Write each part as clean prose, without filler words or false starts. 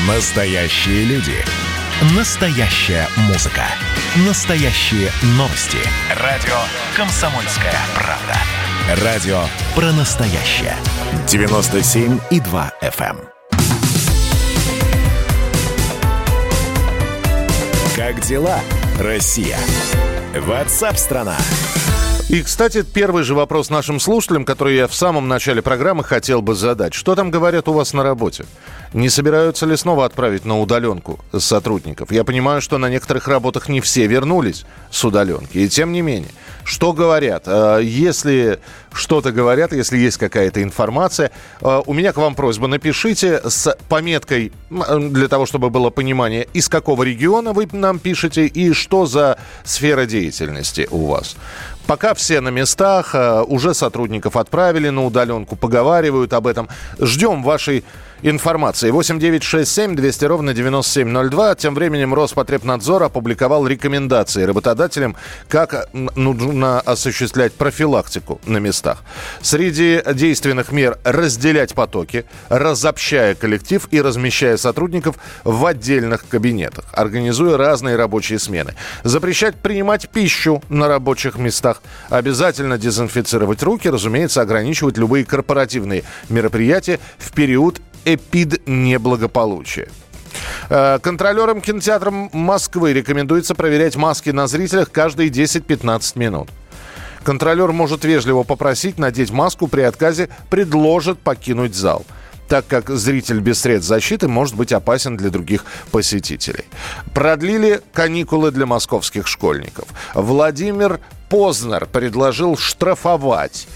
Настоящие люди. Настоящая музыка. Настоящие новости. Радио «Комсомольская правда». Радио про настоящее. 97,2 FM. Как дела, Россия? WhatsApp-страна. И, кстати, первый же вопрос нашим слушателям, который я в самом начале программы хотел бы задать. Что там говорят у вас на работе? Не собираются ли снова отправить на удаленку сотрудников? Я понимаю, что на некоторых работах не все вернулись с удаленки. И тем не менее, что говорят? Если что-то говорят, если есть какая-то информация, у меня к вам просьба, напишите с пометкой, для того, чтобы было понимание, из какого региона вы нам пишете и что за сфера деятельности у вас. Пока все на местах, уже сотрудников отправили на удаленку, поговаривают об этом. Ждем вашей информации. 8-967-200-97-02. Тем временем Роспотребнадзор опубликовал рекомендации работодателям, как нужно осуществлять профилактику на местах. Среди действенных мер: разделять потоки, разобщая коллектив и размещая сотрудников в отдельных кабинетах, организуя разные рабочие смены. Запрещать принимать пищу на рабочих местах. Обязательно дезинфицировать руки, разумеется, ограничивать любые корпоративные мероприятия в период эпиднеблагополучия. Контролерам кинотеатра Москвы рекомендуется проверять маски на зрителях каждые 10-15 минут. Контролер может вежливо попросить надеть маску, при отказе предложит покинуть зал, так как зритель без средств защиты может быть опасен для других посетителей. Продлили каникулы для московских школьников. Владимир Познер предложил штрафовать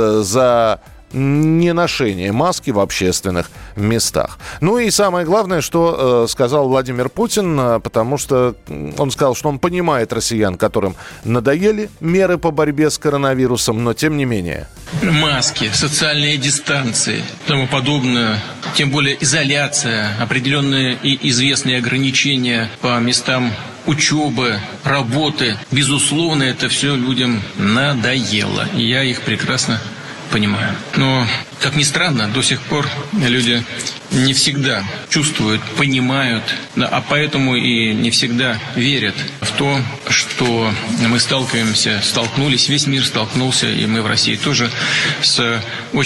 за неношение маски в общественных местах. Ну и самое главное, что сказал Владимир Путин, потому что он сказал, что он понимает россиян, которым надоели меры по борьбе с коронавирусом, но тем не менее. Маски, социальные дистанции и тому подобное, тем более изоляция, определенные и известные ограничения по местам учебы, работы. Безусловно, это все людям надоело. И я их прекрасно понимаю. Но, как ни странно, до сих пор люди не всегда чувствуют, понимают, а поэтому и не всегда верят в то, что мы столкнулись, весь мир столкнулся, и мы в России тоже с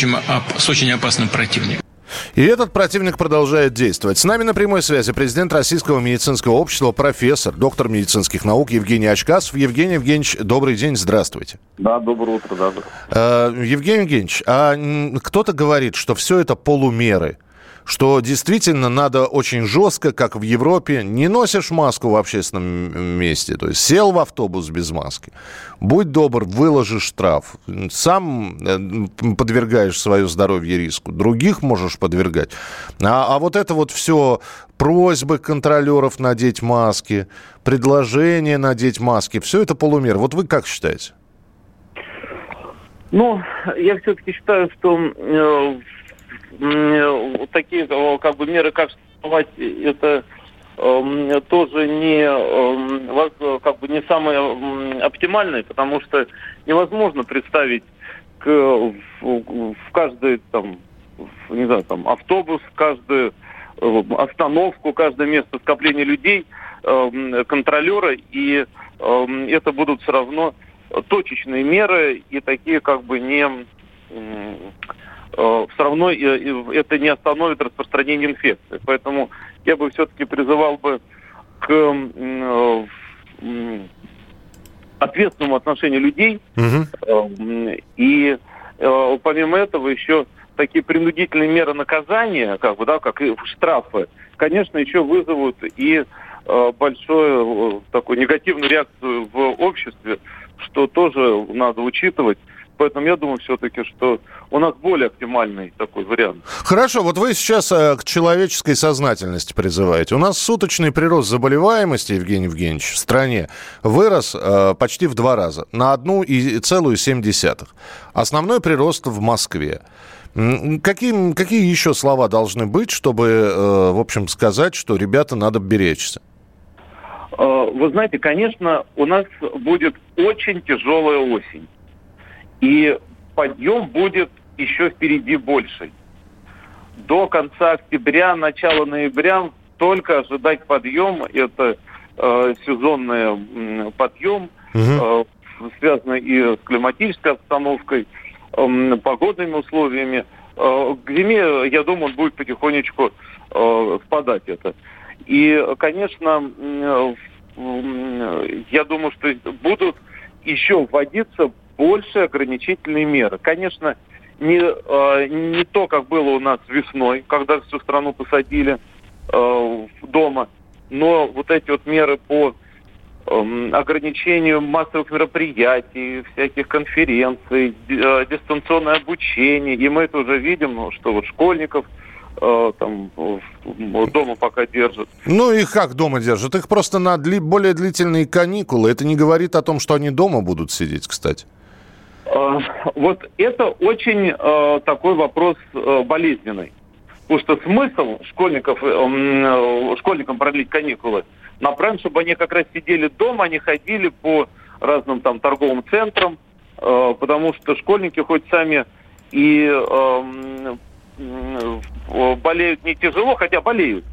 очень опасным противником. И этот противник продолжает действовать. С нами на прямой связи президент Российского медицинского общества, профессор, доктор медицинских наук Евгений Очкасов. Евгений Евгеньевич, добрый день, здравствуйте. Да, доброе утро, да. Евгений Евгеньевич, а кто-то говорит, что все это полумеры, что действительно надо очень жестко, как в Европе, не носишь маску в общественном месте, то есть сел в автобус без маски, будь добр, выложи штраф, сам подвергаешь свое здоровье риску, других можешь подвергать. А вот это вот все просьбы контролеров надеть маски, предложения надеть маски, все это полумер. Вот вы как считаете? Ну, я все-таки считаю, что такие как бы меры, как штрафовать, это тоже не самые оптимальные, потому что невозможно представить в каждый автобус, каждую остановку, каждое место скопления людей контролера, и это будут все равно точечные меры и такие все равно это не остановит распространение инфекции. Поэтому я бы все-таки призывал бы к ответственному отношению людей. И помимо этого еще такие принудительные меры наказания, как и штрафы, конечно, еще вызовут и большую такую негативную реакцию в обществе, что тоже надо учитывать. Поэтому я думаю все-таки, что у нас более оптимальный такой вариант. Хорошо, вот вы сейчас к человеческой сознательности призываете. У нас суточный прирост заболеваемости, Евгений Евгеньевич, в стране вырос почти в 2 раза, на 1,7. Основной прирост в Москве. Какие еще слова должны быть, чтобы, в общем, сказать, что, ребята, надо беречься? Вы знаете, конечно, у нас будет очень тяжелая осень. И подъем будет еще впереди больший. До конца октября, начала ноября только ожидать подъем. Это сезонный подъем, связанный и с климатической обстановкой, погодными условиями. К зиме, я думаю, он будет потихонечку спадать это. И, конечно, я думаю, что будут еще вводиться больше ограничительные меры. Конечно, не то, как было у нас весной, когда всю страну посадили дома, но вот эти вот меры по ограничению массовых мероприятий, всяких конференций, дистанционное обучение. И мы это уже видим, что вот школьников там дома пока держат. Ну, их как дома держат? Их просто на более длительные каникулы. Это не говорит о том, что они дома будут сидеть, кстати. Вот это очень такой вопрос болезненный. Потому что смысл школьникам продлить каникулы направлен, чтобы они как раз сидели дома, они ходили по разным там торговым центрам, потому что школьники хоть сами и болеют не тяжело, хотя болеют,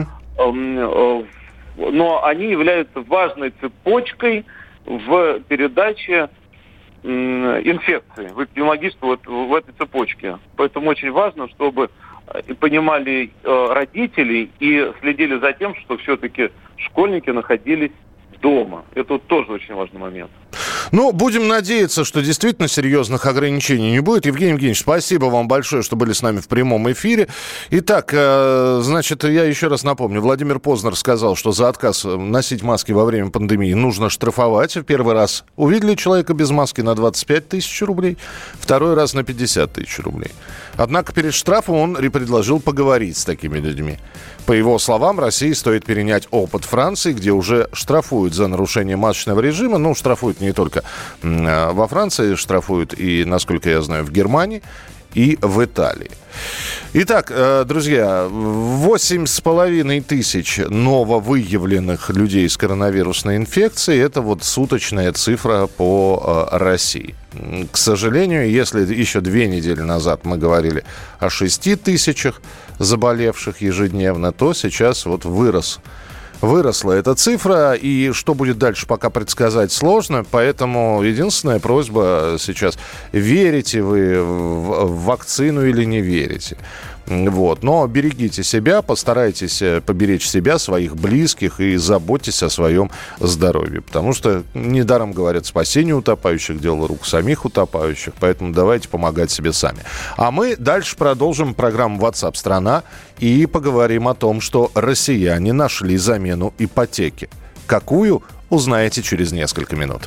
но они являются важной цепочкой в передаче инфекции, в эпидемиологической вот в этой цепочке. Поэтому очень важно, чтобы понимали родители и следили за тем, что все-таки школьники находились дома. Это вот тоже очень важный момент. Ну, будем надеяться, что действительно серьезных ограничений не будет. Евгений Евгеньевич, спасибо вам большое, что были с нами в прямом эфире. Итак, значит, я еще раз напомню. Владимир Познер сказал, что за отказ носить маски во время пандемии нужно штрафовать. В первый раз увидели человека без маски на 25 тысяч рублей, второй раз на 50 тысяч рублей. Однако перед штрафом он предложил поговорить с такими людьми. По его словам, России стоит перенять опыт Франции, где уже штрафуют за нарушение масочного режима. Ну, штрафуют не только во Франции, штрафуют и, насколько я знаю, в Германии и в Италии. Итак, друзья, 8,5 тысяч нововыявленных людей с коронавирусной инфекцией – это вот суточная цифра по России. К сожалению, если еще 2 недели назад мы говорили о 6 тысячах заболевших ежедневно, то сейчас вот выросла эта цифра, и что будет дальше, пока предсказать сложно, поэтому единственная просьба сейчас: верите вы в вакцину или не верите? Вот. Но берегите себя, постарайтесь поберечь себя, своих близких и заботьтесь о своем здоровье. Потому что недаром говорят, спасение утопающих – дело рук самих утопающих. Поэтому давайте помогать себе сами. А мы дальше продолжим программу WhatsApp страна и поговорим о том, что россияне нашли замену ипотеки. Какую, узнаете через несколько минут.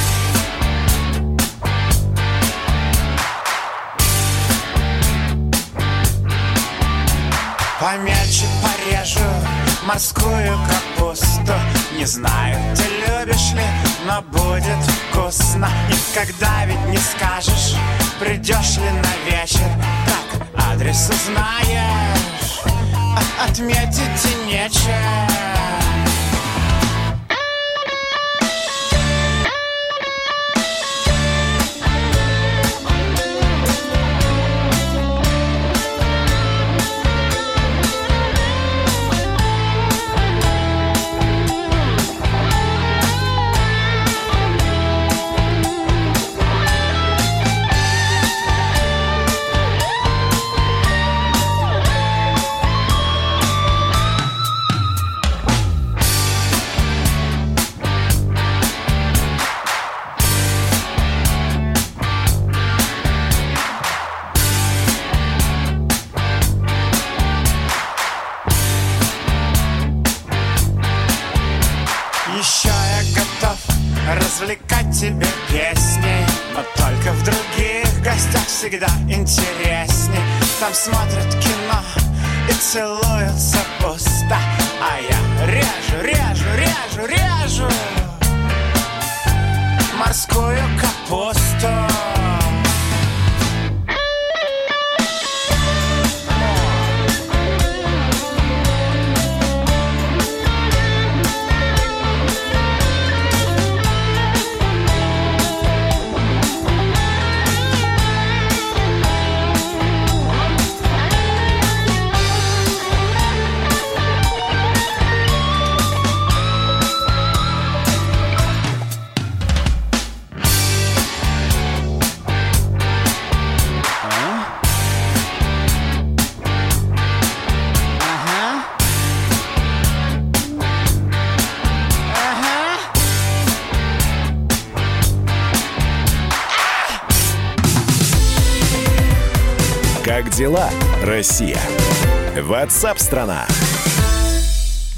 Помельче порежу морскую капусту. Не знаю, ты любишь ли, но будет вкусно. Никогда ведь не скажешь, придешь ли на вечер. Так адрес узнаешь, отметить и нечем. Развлекать тебя песней, но только в других гостях всегда интересней. Там смотрят кино и целуются пусто, а я режу морскую капусту. Как дела, Россия? WhatsApp-страна!